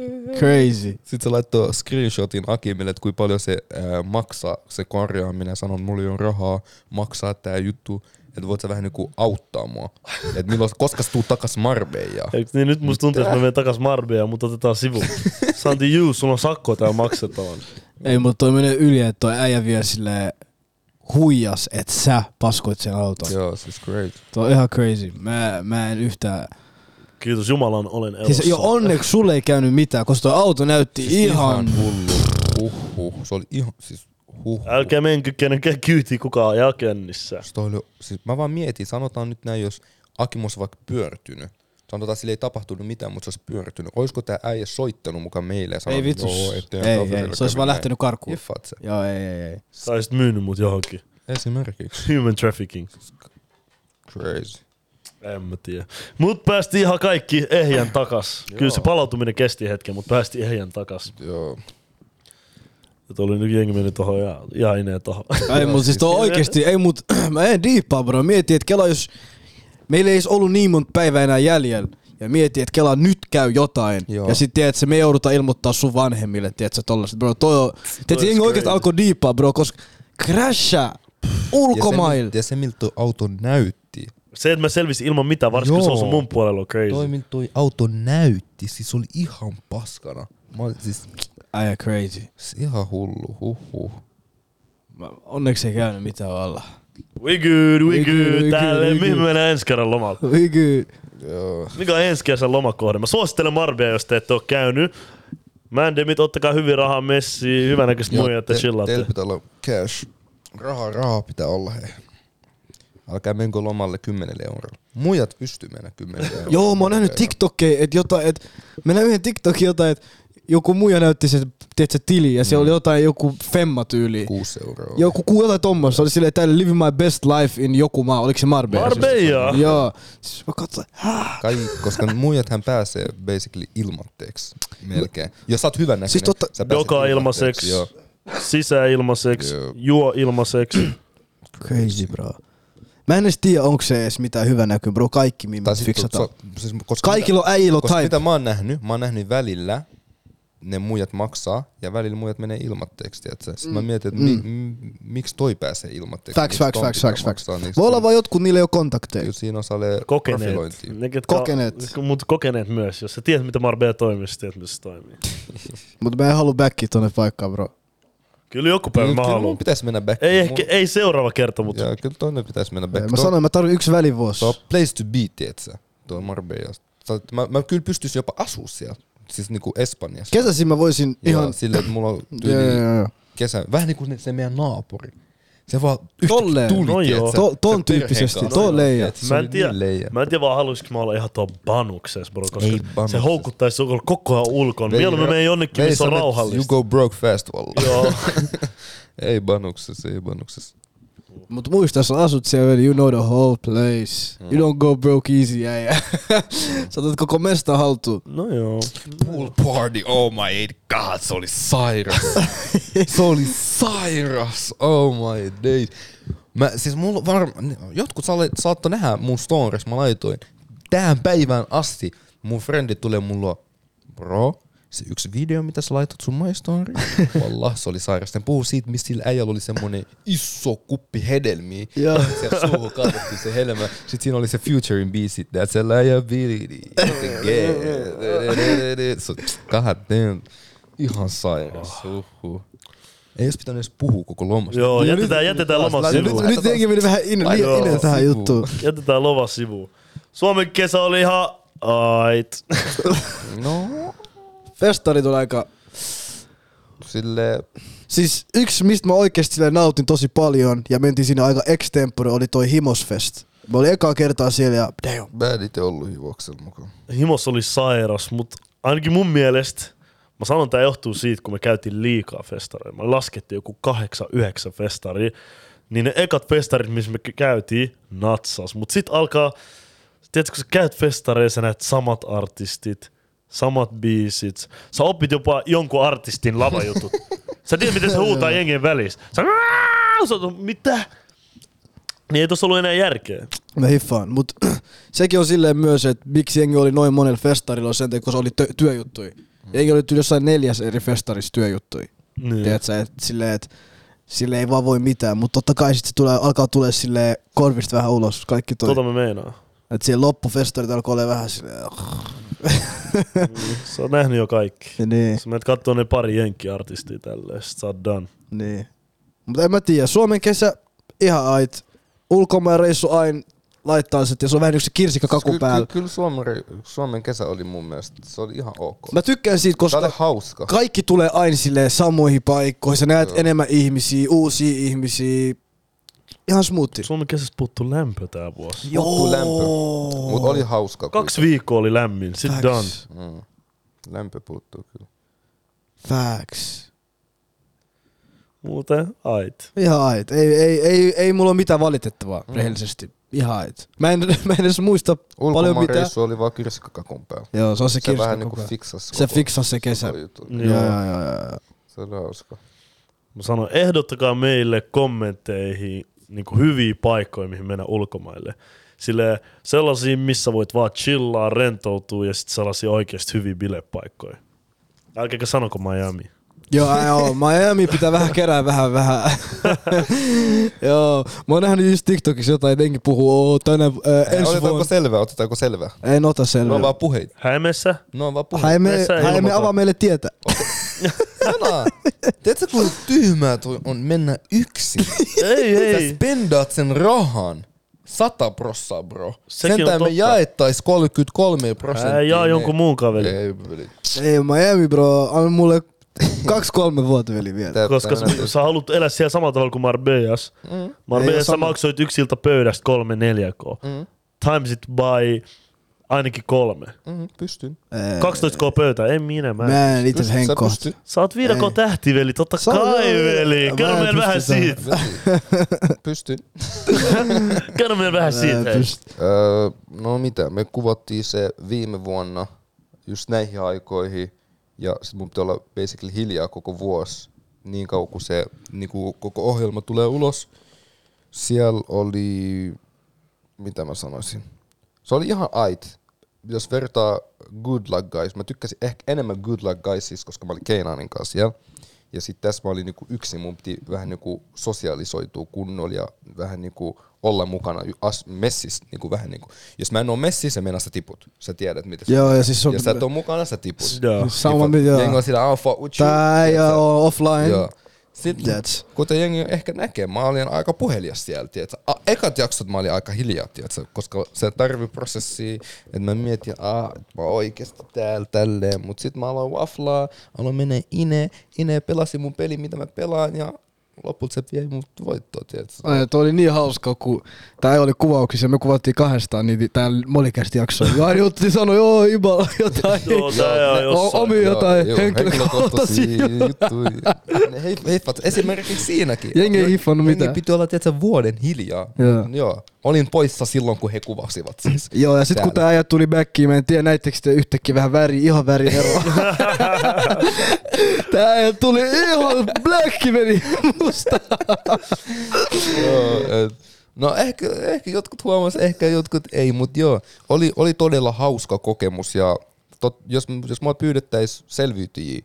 Crazy. Sitten se laittoi screenshotin Akimille, että kuinka paljon se ää, maksaa se korjaaminen. Sanon, että mulla ei ole rahaa maksaa tää juttu. Että voit sä vähän niinku auttaa mua. Että milloin, koska sä tuut takas Marbejaan. Niin nyt musta tuntuu, että mä menen takas Marbejaan, mutta otetaan sivuun. Santi, juu, sulla on sakko täällä maksetaan. Ei, mutta toi menee yli, että toi äijä vielä silleen huijas, että sä paskoit sen auton. Joo, siis crazy. Toi on ihan crazy. Mä, mä en yhtään... Kiitos Jumalan, olen elossa. Siis jo onneksi sulle ei käynyt mitään, koska toi auto näytti siis ihan... ihan hullu. Huhhuh. Se oli ihan... Siis huhhuh. Älkää menkö kenenkään kyytiin kukaan ajaa kännissä. Oli, siis mä vaan mietin, sanotaan nyt näin, jos Akim olisi vaikka pyörtynyt. Sanotaan, sillä ei tapahtunut mitään, mutta se olisi pyörtynyt. Olisiko tää äijä soittanut mukaan meille ja sanonut, ei vitus. Joo, ei, ei, se olisi vaan lähtenyt karkuun. Hiffaat se. Joo, ei, ei, ei. Sä olisit myynyt mut johonkin. Esimerkiksi. Human trafficking. Crazy. En mä tiedä. Mut päästiin ihan kaikki ehjän takas. Kyllä se palautuminen kesti hetken, mutta päästiin ehjän takas. Joo. Että oli nyt jengi mennyt tohon ja, ja ineen tohon. Ei mut siis tuo oikeesti, ei mut, mä en diippaa bro. Mietin, että Kela jos, meillä ei ollut niin monta päivää enää jäljellä. Ja mietin, että Kela nyt käy jotain. Joo. Ja sit tiedät, että me joudutaan ilmoittaa sun vanhemmille, tiedätkö tollaset. Bro, toi on, tiedätkö, jengi oikeesti alkoi diippaa bro, koska crasha ulkomailla. Ja se, miltä toi auto näytti. Se, että mä selvisin ilman mitään, varsinkin se on mun puolella on crazy. Toi, miltä toi auto näytti, siis oli ihan paskana. Mä olin siis... Aja crazy. Ihan hullu, huh huh. Onneksi ei käynyt mitään alla. We good, we, we good. good. Täälle, mihin me mennään ensi kerran lomalla? We good. Joo. Mikä on ensi kesän lomakohde? Mä suosittelen Marbia, jos te ette ole käynyt. Mandemit, ottakaa hyvin rahaa messiin, hyvänäköistä Joo, muijat ja te- chillaatte. Teillä pitää olla cash. Rahaa, rahaa pitää olla, hei. Älkää menkö lomalle kymmenelle eurolla. Muijat pystyy mennä kymmenelle eurolla. Joo, mä oon nähnyt TikTokia, että jotain, että mä näin yhden TikTokin jotain, että joku muija näytti se, tiedätkö, tili, ja siellä oli jotain joku femma-tyyli. Kuusi euroa. Joku ku jotain tommoista, se oli silleen, että living my best life in joku maa, oliko se Marbella? Marbella? Joo. Siis mä katsoin, häh? Kai, koska muijathan pääsee basically ilmatteeksi melkein. Jos sä oot hyvän näköinen, Siis totta- sä pääset Joka ilmaiseksi, Joo. sisä ilmaiseksi, Joo. juo ilmaiseksi. Crazy, bro. Mä en edes tiedä, onko se edes mitään hyvä näkyy, bro. Kaikki Tai mimmit sit- fiksataan. so- siis, koska Kaikilla mitä- on äijillä on Koska type. mitä mä oon nähnyt, mä oon nähnyt välillä, ne muijat maksaa ja välillä muijat menee ilmatteeksi, tiiätsä. Sitten mä mietin, että mi, m, miksi toi pääsee ilmatteeksi. Facts, miksi facts, ton facts, pitää facts, facts. maksaa, niin Voi olla sit- vaan jotkut, niillä ei ole kontakteja. Kyllä siinä osalee Kokeneet. profilointia. Ne, ketkä, Kokeneet. Mutta kokeneet myös. Jos sä tiedät, mitä Marbella toimii, sä tiedät, missä se toimii. Mutta mä en halua backia tonne paikkaan, bro. Kyllä joku päivä Kyllä mä mun haluan. pitäisi mennä back. Ei, ehkä, ei seuraava kerta, mutta Ja kyllä toinen pitäisi mennä back. Mä sanoin, mä tarvitsen yksi välivuosi. Se on place to be, tietsä. Tuo Marbella. Mä, mä kyllä pystyisin jopa asua siellä. Siis niinku Espanjassa. Kesäisin mä voisin Ihan ihan... silleen, että mulla on Joo, joo, tyyli joo. kesä. Vähän niin kuin se meidän naapuri. Se vaan Tolleen. yhtäkkiä tuli, No joo. tietsä. To- Se ton perheen tyyppisesti. kanssa. Toi leija. Tietsä, se mä oli en, tiedä, niin leija. mä en tiedä vaan haluaisinko mä olla ihan tuon banuksessa, bro, koska Ei se banuksessa. houkuttaisi sua koko ajan ulkoon. Mieluummin menen jonnekin, missä on Vei, sä menet- You rauhallista. go broke fast, valla. Joo. Ei banuksessa, ei banuksessa. Mut muista, jos asut siellä, you know the whole place. Mm. You don't go broke easy, äijä. Sä otat koko mesta haltuun. No joo. Pool party, oh my god, se oli sairas. Se oli sairas, oh my days. Mä, siis mulla varma, jotkut saattoi nähdä mun stories, mä laitoin tähän päivään asti. Mun frendit tulee mulla, bro, se yksi video, mitä sä laitat sun my story, wallah, se oli sairas. Ne puhuu siitä, missä sillä äijällä oli semmonen iso kuppi hedelmiä. Joo. Siellä suuhun kaadettiin se helmä. Sitten siinä oli se Futurin biisi, that's a liability. So, god damn. Ihan sairas. Uhuh. Ei olisi pitänyt edes puhua koko lomasta. Joo, Ja jätetään, jätetään loma Ja nyt, sivuun. nyt jengi meni vähän in, liian Joo. ineen tähän Sivuun. juttuun. Jätetään loma sivuun. Suomen kesä oli ihan ait. No, Festarit on aika... silleen, Siis yksi, mistä mä oikeesti silleen nautin tosi paljon ja mentiin sinne aika extempore, oli toi Himosfest. Mä olin ekaa kertaa siellä ja damn. mä en ite ollut hivoksella mukaan. Himos oli sairas, mutta ainakin mun mielestä, mä sanon tää johtuu siitä, kun me käytiin liikaa festareilla. Me laskettiin joku kahdeksan, yhdeksän festaria, niin ne ekat festarit, missä me käytiin, natsas. Mut sit alkaa, tiedätkö, kun sä käyt festareilla, sä näet samat artistit, samat biisit. Sä opit jopa jonkun artistin lavajutut. Sä tiedät, miten se huutaa jengien välissä. Sä, sä oot, mitä? Niin ei tossa ollut enää järkeä. Mä hiffaan, mut sekin on silleen myös, että miksi jengi oli noin monella festarilla on sen takia, kun se oli tö- työjuttui. Jengi oli jossain neljäs eri festarissa työjuttui. Niin. Tiedätkö, että silleen, että sille ei vaan voi mitään, mutta totta kai sit se tulee, alkaa tulee silleen korvista vähän ulos, kaikki toi. Tota me meinaa. Että siellä loppufestarit alkoi olla vähän silleen, Sä oot nähnyt jo kaikki. niin, Sä menet kattoo ne pari jenkki-artistia tälleen, sit sä oot done. niin. Mutta en mä tiedä, Suomen kesä ihan ait. Ulkomaan reissu aina laittaa se, ja se on vähän yksi kirsikka kaku Kyllä, päällä. kyllä, kyllä Suomen, Suomen kesä oli mun mielestä, se oli ihan ok. Mä tykkään siitä, Se oli koska hauska. kaikki tulee aina silleen samoihin paikkoihin. Sä näet Joo. enemmän ihmisiä, uusia ihmisiä. Ihan smoothie. Suomen kesästä puuttuu lämpö tää vuosi. Puuttuu lämpö, mut oli hauska. Kaksi viikkoa oli lämmin, sit done. Facts. Mm. Lämpö puuttuu kyllä. Facts. Muuten ait. Ihan ait. Ei, ei, ei, ei mulla ole mitään valitettavaa, Mm. rehellisesti. Ihan ait. Mä en, mä en edes muista paljon Ulkomaan mitään. reissu oli vaan kirsikkakakun päällä. Joo, se on se, Se kirsikka vähän niinku koko ajan. fiksas Se koko- fiksasi se kesä. koko jutun. Niin. Joo, Joo. joo, joo, joo. Se oli hauska. Mä sanon, ehdottakaa meille kommentteihin niin hyviä paikkoja, mihin mennä ulkomaille. Silleen sellaisia, missä voit vaan chillaa, rentoutua ja sitten sellaisia oikeasti hyviä bilepaikkoja. Älkääkä sanoko Miami. Joo, ää, joo, Miami pitää vähän kerää vähän vähän. Joo, mä oon nähnyt just TikTokissa jotain, jengi puhuu, oo tänä äh, ensi Otetaanko vuonna. selvää? Otetaanko selvää? En ota Ne selvää. on vaan puheita. Hämeessä? Ne on vaan puheita. Hae me, Tässä ei hae me ilmoita. avaa meille tietä. Sana, tiedätkö kuinka tyhmää toi on mennä yksin? Ei, Sä ei. spendaat sen rahan. Sata prossaa, bro. Sekin Sentään on me totta. jaettais kolmekymmentäkolme prosenttia. Ää, jaa jonkun muun kaveri. Ei, veli. Ei Miami bro, anna mulle kaksi kolme vuotta veli vielä. Tää- Koska tää- sä, sä haluat elää siellä samalla tavalla kuin Marbellas. Mm. Marbellas Ei sä sama. maksoit yksi ilta pöydästä kolme neljä k. Mm. Times it by ainakin kolme. Mm, pystyn. kaksitoista k pöytä, en minä. Mä. Mä en itse Pystyt, sä henkkoa. pystyt. Sä oot viiden Ei. k tähti, veli. Totta Sä oot- kai, veli. Mä Kerro en meille vähän pysty siitä. Veli. Pystyn. Kerro meille vähän siitä. hei. Öö, no mitä, me kuvattiin se viime vuonna just näihin aikoihin ja sit mun pitää olla basically hiljaa koko vuosi niin kauan kun se niinku, koko ohjelma tulee ulos. Siellä oli, mitä mä sanoisin, se oli ihan ait. Jos vertaa Good Luck Guys, mä tykkäsin ehkä enemmän Good Luck Guysista, koska mä olin Keinanin kanssa siellä. Ja sit tässä mä olin niinku yksin, mun piti vähän niinku sosiaalisoitua kunnolla ja vähän niinku olla mukana as- messissä niinku vähän niinku. Jos mä en oo messissä, mennä sä tiput. Sä tiedät mitä se Joo, on. ja siis on- Jos sä et oo mukana, sä tiput. Joo. Sama mitä joo. Jengi on sillä, I'll fuck with you. Tää ei Tiedätkö? oo offline. Joo. Sitten, That's- kuten jengi ehkä näkee, mä olin aika puhelias siellä, tiedätkö? A, ekat jaksot mä olin aika hiljaa, tiedätkö? Koska se tarvii prosessia, että mä mietin, ah, mä oon oikeesti täällä tälleen, mut sit mä aloin waflaa, aloin mennä ine, ine pelasi mun peli, mitä mä pelaan, ja lopulta se vei mut voittoa, tiedätkö? Ai, toi oli niin hauska, kun tää oli kuvauksissa, me kuvattiin kahdestaan niitä tää molikästi jaksoa. Ja Jutti sanoi, joo, Ibala jotain. Joo, tää on O- jossain. Omi jotain Joo, henkilökohtaisia juttuja. Ne heif- heiffat esimerkiksi siinäkin. Jengi ei hiffannut Jengi mitään. piti olla, tiedätkö, vuoden hiljaa. Joo. Joo. Olin poissa silloin, kun he kuvasivat siis. Joo, ja sit kun Täällä. tää äijä tuli backiin, mä en tiedä, näittekö te yhtäkkiä vähän väri, ihan väri eroa. Tää äijä tuli ihan blackki meni musta. Joo, et, no ehkä, ehkä jotkut huomas, ehkä jotkut ei, mutta joo, oli, oli todella hauska kokemus ja tot, jos, jos mua pyydettäis selviytyjiä,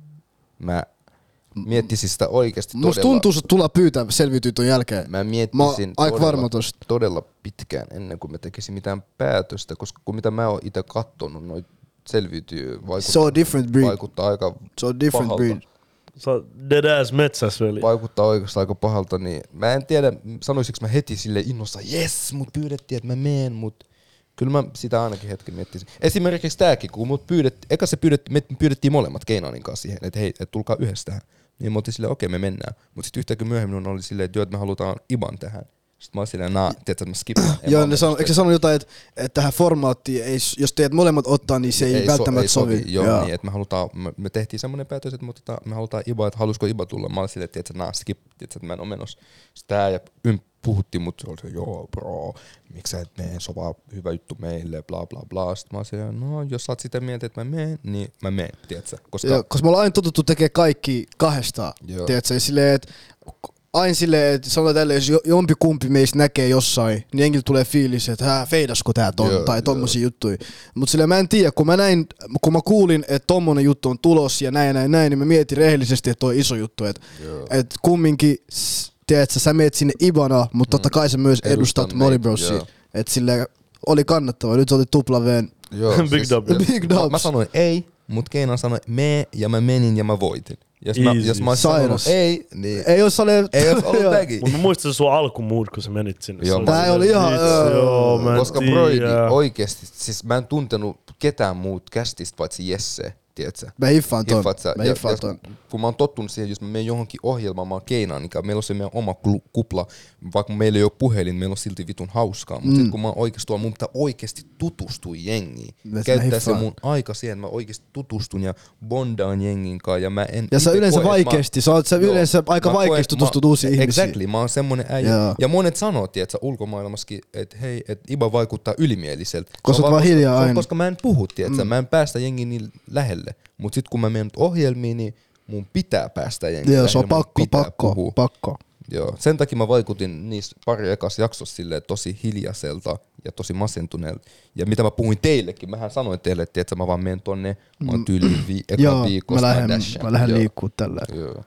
mä miettisin sitä oikeasti todella. Musta tuntuu, että tulla pyytää selviytyä ton jälkeen. Mä Mä oon miettisin aika todella, varma tosta. todella pitkään ennen kuin mä tekisin mitään päätöstä, koska kun mitä mä oon itse kattonut, noit selviytyjiä vaikuttaa, Se on different breed. vaikuttaa aika Se on different pahalta. breed. Sä oot dead ass metsäs, veli. Vaikuttaa oikeastaan aika pahalta, niin mä en tiedä, sanoisinko mä heti sille innossa, jes, mut pyydettiin, että mä meen, mut kyllä mä sitä ainakin hetken miettisin. Esimerkiksi tääkin, kun mut pyydettiin, eka se pyydettiin, me pyydettiin molemmat Keinanin kanssa siihen, että hei, et tulkaa yhdessä tähän. Niin mä oltiin silleen, okei, me mennään. Mut sit yhtäkkiä myöhemmin oli silleen, että joo, että me halutaan Iban tähän. Sitten mä olin silleen, naa, tiedätkö, että mä skippaan. En Joo, mä ne mene sano, eikö se sano jotain, että, että tähän formaattiin, ei, jos teidät molemmat ottaa, niin se ei, so- välttämättä ei sovi. sovi. Joo, Joo. niin, että me halutaan, me, me tehtiin semmoinen päätös, että me, otetaan, me halutaan Iba, että halusko Iba tulla. Mä olin silleen, että naa, skip, tiedätkö, että mä en oo menossa. Sitten tää ja ymp puhuttiin, mutta se oli se, joo bro, miksi sä et mene, se on vaan hyvä juttu meille, bla bla bla. Sitten mä olin silleen, no jos sä oot sitä mieltä, että mä menen, niin mä menen, tiedätkö. Koska Joo, koska me ollaan aina totuttu tekemään kaikki kahdestaan. Joo. Tiedätkö, ja silleen, että aina silleen, että sanotaan tälleen, jos jo- jompikumpi meistä näkee jossain, niin jengillä tulee fiilis, että hää, feidasko tää ton, Joo, tai tommosia juttuja. Mutta silleen mä en tiedä, kun mä näin, kun mä kuulin, että tommonen juttu on tulos ja näin ja näin, näin, niin mä mietin rehellisesti, että toi iso juttu, että et kumminkin, s- tiedätkö, sä meet sinne Ibana, mutta totta kai sä myös Edustan edustat meitä, Molibrosia. joo. Että silleen oli kannattava, nyt sä otit tuplaveen. Joo, Big dub. ja- Big mä, dubs. mä sanoin ei, mut Keinan sanoi me ja mä menin ja mä voitin. Jos mä, Easy. jos mä olisin sanonut Sairas. ei, niin Ei jos ole... ei olisi ollut bagi. Mut mä muistan sun alkumuud, kun sä menit sinne. Joo, Se Tää silleen, oli ihan, vitsi, öö, Joo, mä en Koska tiedä. Broidi oikeesti, siis mä en tuntenut ketään muut kästistä paitsi Jesse, tiedätkö? Mä hiffaan ton. Hiffaat sä? Mä Ja- hiffaan ja ton. kun mä oon tottunut siihen, jos mä menen johonkin ohjelmaan, mä oon Keinaan, niin meillä on se meidän oma klu- kupla, vaikka meillä ei ole puhelin, meillä on silti vitun hauskaa. Mutta mm. sit kun mä oon oikeesti tuolla, mun pitää oikeesti tutustua jengiin. Mä Käyttää se hiffaan. mun aika siihen, että mä oikeesti tutustun ja bondaan jengin kanssa. Ja, mä en Ja sä ite yleensä koe, että vaikeasti, sä oot sä Joo. yleensä aika Mä koen, vaikeasti mä- tutustut uusiin ihmisiin. Exactly, mä oon semmonen äijä. Joo. Ja monet sanoo, tiedätkö, ulkomaailmassakin, että hei, että Iba vaikuttaa ylimieliseltä. Koska Se on oot vaan hiljaa koska, aina. Koska mä en puhu, tiedätkö, mä en päästä jengiä niin lähelle. Mut sit kun mä menen ohjelmiin, niin mun pitää päästä jengiä Joo, lähelle. se on mun pakko, pitää pakko, puhua. pakko. Joo. Sen takia mä vaikutin niissä pari ekas jaksossa silleen tosi hiljaiselta ja tosi masentuneelta. Ja mitä mä puhuin teillekin, mähän sanoin teille, että tiedätkö, mä vaan menen tonne, mä oon tyyli vi- eka Joo, viikossa. mä lähden, dashan. mä lähden Joo. liikkuu tällä. Joo.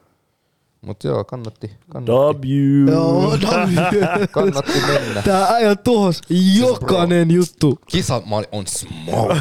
Mut joo, kannatti. kannatti. W. Joo, Kannatti mennä. tää äijä tuhos jokainen juttu. Kisa, mä olin on smoke.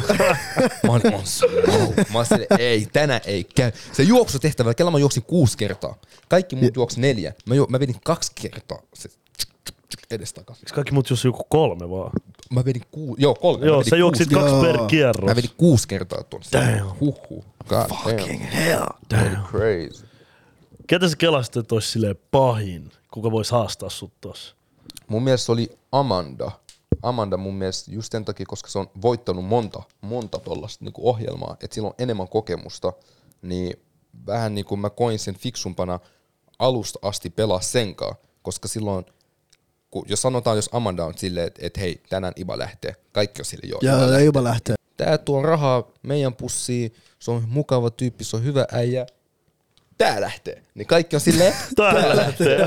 Mä olin on smoke. Mä olin silleen, ei, tänään ei käy. Se juoksutehtävä, kellä mä juoksin kuusi kertaa. Kaikki muut juoksi neljä. Mä, ju- mä vedin kaksi kertaa. Se, edestakas. Eikö kaikki muut jos joku kolme vaan? Mä vedin kuusi, joo kolme. Joo, sä juoksit kuusi. kaksi per Joo. kierros. Mä vedin kuusi kertaa tuon. Damn. Huhhuh. God Fucking damn. hell. Damn. Crazy. Ketä sä kelasit, että olisi silleen pahin? Kuka voisi haastaa sut tossa? Mun mielestä se oli Amanda. Amanda mun mielestä just sen takia, koska se on voittanut monta, monta tollasta niinku ohjelmaa, että sillä on enemmän kokemusta, niin vähän niin kuin mä koin sen fiksumpana alusta asti pelaa senkaan, koska silloin, kun, jos sanotaan, jos Amanda on silleen, että et, hei, tänään Iba lähtee, kaikki on sille joo. Ja, ja Iba lähtee. Tää tuo rahaa meidän pussiin, se on mukava tyyppi, se on hyvä äijä, tää lähtee. Niin kaikki on silleen, Tää lähtee.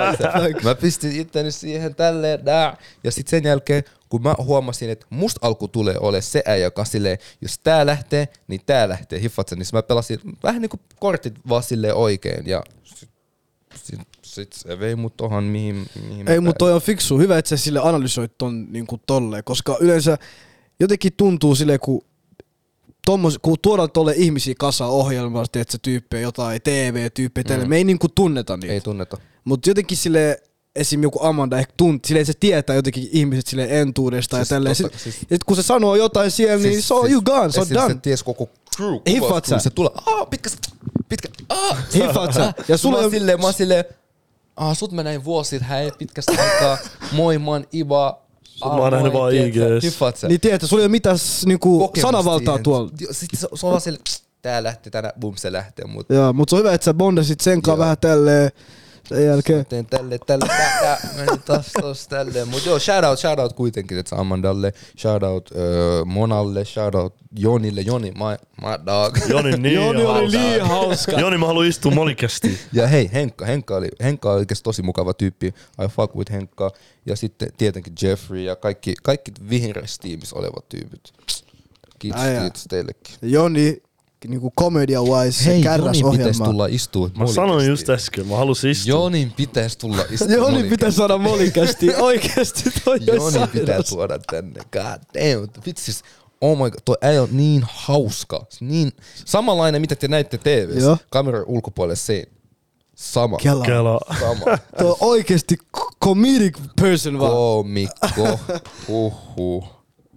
mä pistin itteni siihen tälleen, nää. Ja sit sen jälkeen, kun mä huomasin, että musta alku tulee ole se äijä, joka silleen, jos tää lähtee, niin tää lähtee, hiffaat sen, niin mä pelasin vähän niinku kortit vaan silleen oikein, ja sit, sit, sit se vei mut tohon, mihin, mihin Ei, mutta toi on fiksu. Hyvä, että sä sille analysoit ton niinku tolleen, koska yleensä jotenkin tuntuu silleen, kun, tommos, kun tuodaan tolle ihmisiä kasaan ohjelmasta, että se tyyppejä, jotain T V-tyyppejä, mm. me ei niinku tunneta niitä. ei tunneta. Mutta jotenkin sille esim. Joku Amanda ehkä tunti, silleen se tietää jotenkin ihmiset sille entuudesta Siis ja tälleen. totta, Siis, siis- et kun se sanoo jotain siellä, niin se on you gone, se on esim. done. Se ties koko crew, Hiffaat koko crew, sä? se tulee, aah, pitkä, pitkä, aah. Hiffaat sä? Ja Ja sulla sulla on- on silleen, mä oon silleen, aah, sut mä näin vuosit, hei, pitkästä aikaa, moi, mä oon Iva. Sut mä oon nähnyt vaan I G:s. Hiffaat sä? Niin tiedätkö, sulla ei ole mitään niinku Kokemusta sanavaltaa siihen. tuolla. Sitten se, se on vaan silleen, tää lähti tänään, bum, se lähtee, mut Joo, mutta se on hyvä, että sä bondasit sen kanssa Joo. vähän tälleen sen jälkeen. tein tälle, tälle, tää, meni taas tos tälleen. Mut joo, shoutout, shoutout kuitenkin, että Amandalle, shoutout uh, Monalle, shoutout Jonille, Joni, my, my dog. Joni niin Joni oli hauska. niin hauska. Joni, mä haluan istua molikästi. Ja hei, Henkka, Henkka oli, Henkka oli oikeesti tosi mukava tyyppi, I fuck with Henkka. Ja sitten tietenkin Jeffrey ja kaikki, kaikki vihreässä tiimissä olevat tyypit. Kiitos, Ai jaa. kiitos teillekin. Joni, niinku comedy wise, se Hei, kärräs Jonin pitäisi ohjelma. tulla istua Mä sanoin just äsken, mä halusin istua. Jonin pitäisi tulla istua. Joni molikästi. pitää saada molikästi, oikeesti toi on Joni pitää sairas. tuoda tänne. God damn. Vitsis. Oh my god, toi äijä on niin hauska. Niin samanlainen, mitä te näitte T V:ssä. Joo. Kameran ulkopuolelle se. Sama. Kela. Kela. Sama. Toi on oikeesti comedic person vaan. Komikko. Huhhuh.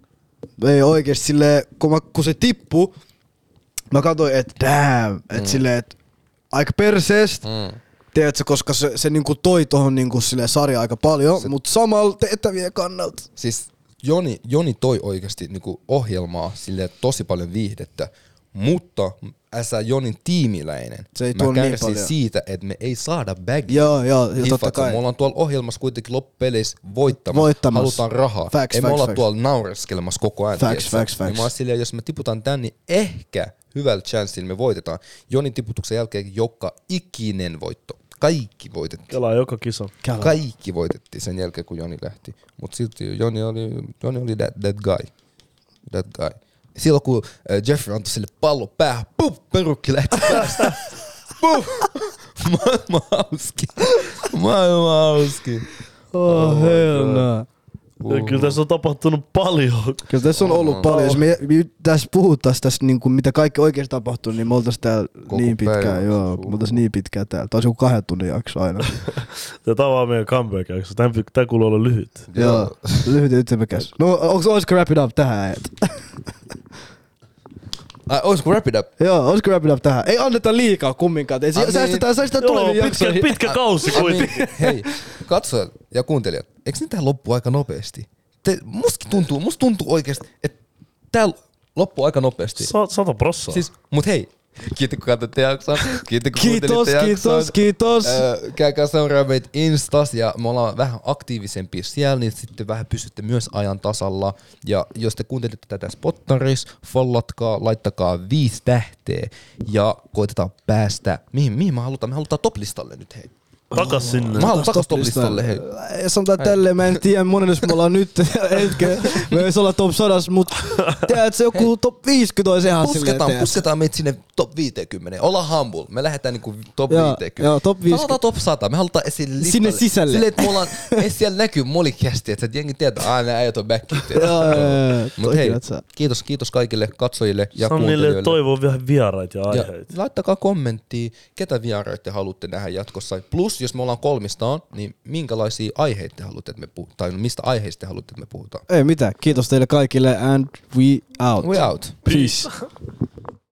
Ei oikeesti silleen, kun, mä, kun se tippui, mä katsoin, että damn, että mm. silleen, että aika perseestä. Mm. Tiedätkö, koska se, se niinku toi tohon niinku silleen sarjaan aika paljon, se, mutta samalla tehtävien kannalta. Siis Joni, Joni toi oikeasti niinku ohjelmaa silleen tosi paljon viihdettä, mutta äsä Jonin tiimiläinen. Se ei Mä tuo niin kärsin paljon. siitä, että me ei saada bagia. Joo, joo, ja totta Hiffaat sä, kai. me ollaan tuolla ohjelmassa kuitenkin loppupeleissä voittamassa. Voittamassa. Halutaan rahaa. Facts, Ei me facts, olla facts. tuolla naureskelemassa koko ajan. Facts, tiedätkö? facts, facts. Niin mä oon silleen, jos me tiputaan tän, niin ehkä hyvällä chanceilla me voitetaan. Jonin tiputuksen jälkeen joka ikinen voitto. Kaikki voitettiin. Kela joka kisa. Kela. Kaikki voitettiin sen jälkeen, kun Joni lähti. Mutta silti Joni oli, Joni oli that, that guy. That guy. Silloin kun äh, Jeffrey antoi sille pallon päähän, puh, perukki lähti päästä. Puh. Maailman hauskin. Maailman hauskin. Oh, hell no. Ja kyllä tässä on tapahtunut paljon. Kyllä tässä on ollut paljon. Jos me, me tässä puhuttaisiin tästä, niin kuin, mitä kaikki oikeasti tapahtuu, niin me oltaisiin täällä Koko niin pitkään. päivän. Joo, me oltaisiin niin pitkään täällä. Tämä olisi joku kahden tunnin jakso aina. Tämä on vaan meidän comeback-jakso. Tämä, tämä kuuluu olla lyhyt. Joo, lyhyt ja ytimekäs. No, onko, olisiko wrap it up tähän? Ai, olisiko wrap it up? Joo, olisiko wrap it up tähän? Ei anneta liikaa kumminkaan. Ei, I mean- säästetään, säästetään Joo, tuleviin pitkä, jaksoihin. pitkä kausi I mean, kuitenkin. hei, katsojat ja kuuntelijat, eikö nyt tää loppu aika nopeasti? Te, musta tuntuu, musta tuntuu oikeesti, että tää loppuu aika nopeasti. Sa- Sata prossaa. Siis, mut hei, kiitos kun katsoitte jakson, kiitos kun Kiitos, kuuntelitte jakson. kiitos, kiitos. Öö, käykää seuraa meitä Instas ja me ollaan vähän aktiivisempia siellä, niin sitten vähän pysytte myös ajan tasalla. Ja jos te kuuntelitte tätä spottarissa, follatkaa, laittakaa viisi tähteä ja koitetaan päästä, mihin, mihin me halutaan? Me halutaan top-listalle nyt hei. Takas sinne. Mä haluan takas top-listalle hei. Ei sanotaan tälleen, mä en tiedä monen jos me ollaan nyt hetken. Me ei olla top sata, mutta tiedät se joku top viisikymmentä olisi ihan silleen. Pusketaan, tiedät. pusketaan meitä sinne top viisikymmentä. Ollaan humble. Me lähdetään niinku top Joo, viisikymmentä. joo, top Me viisikymmentä. halutaan top sata. Me halutaan esim. listalle. Sinne sisälle. Silleen, että me ollaan, ei siellä näkyy molikästi, että jengi tietää, että aina äijät on backit. Joo, joo, joo. Mut hei, Toi kyllä, kiitos, kiitos kaikille katsojille ja Sano niille kuuntelijoille. toivoo vähän vieraita ja Ja aiheita. laittakaa kommenttia, ketä vieraita te haluatte nähdä jatkossa. Plus plus jos me ollaan kolmistaan, niin minkälaisia aiheita te haluatte, että me puhutaan, tai mistä aiheista te haluatte, että me puhutaan? Ei mitään. Kiitos teille kaikille and we out. We out. Peace.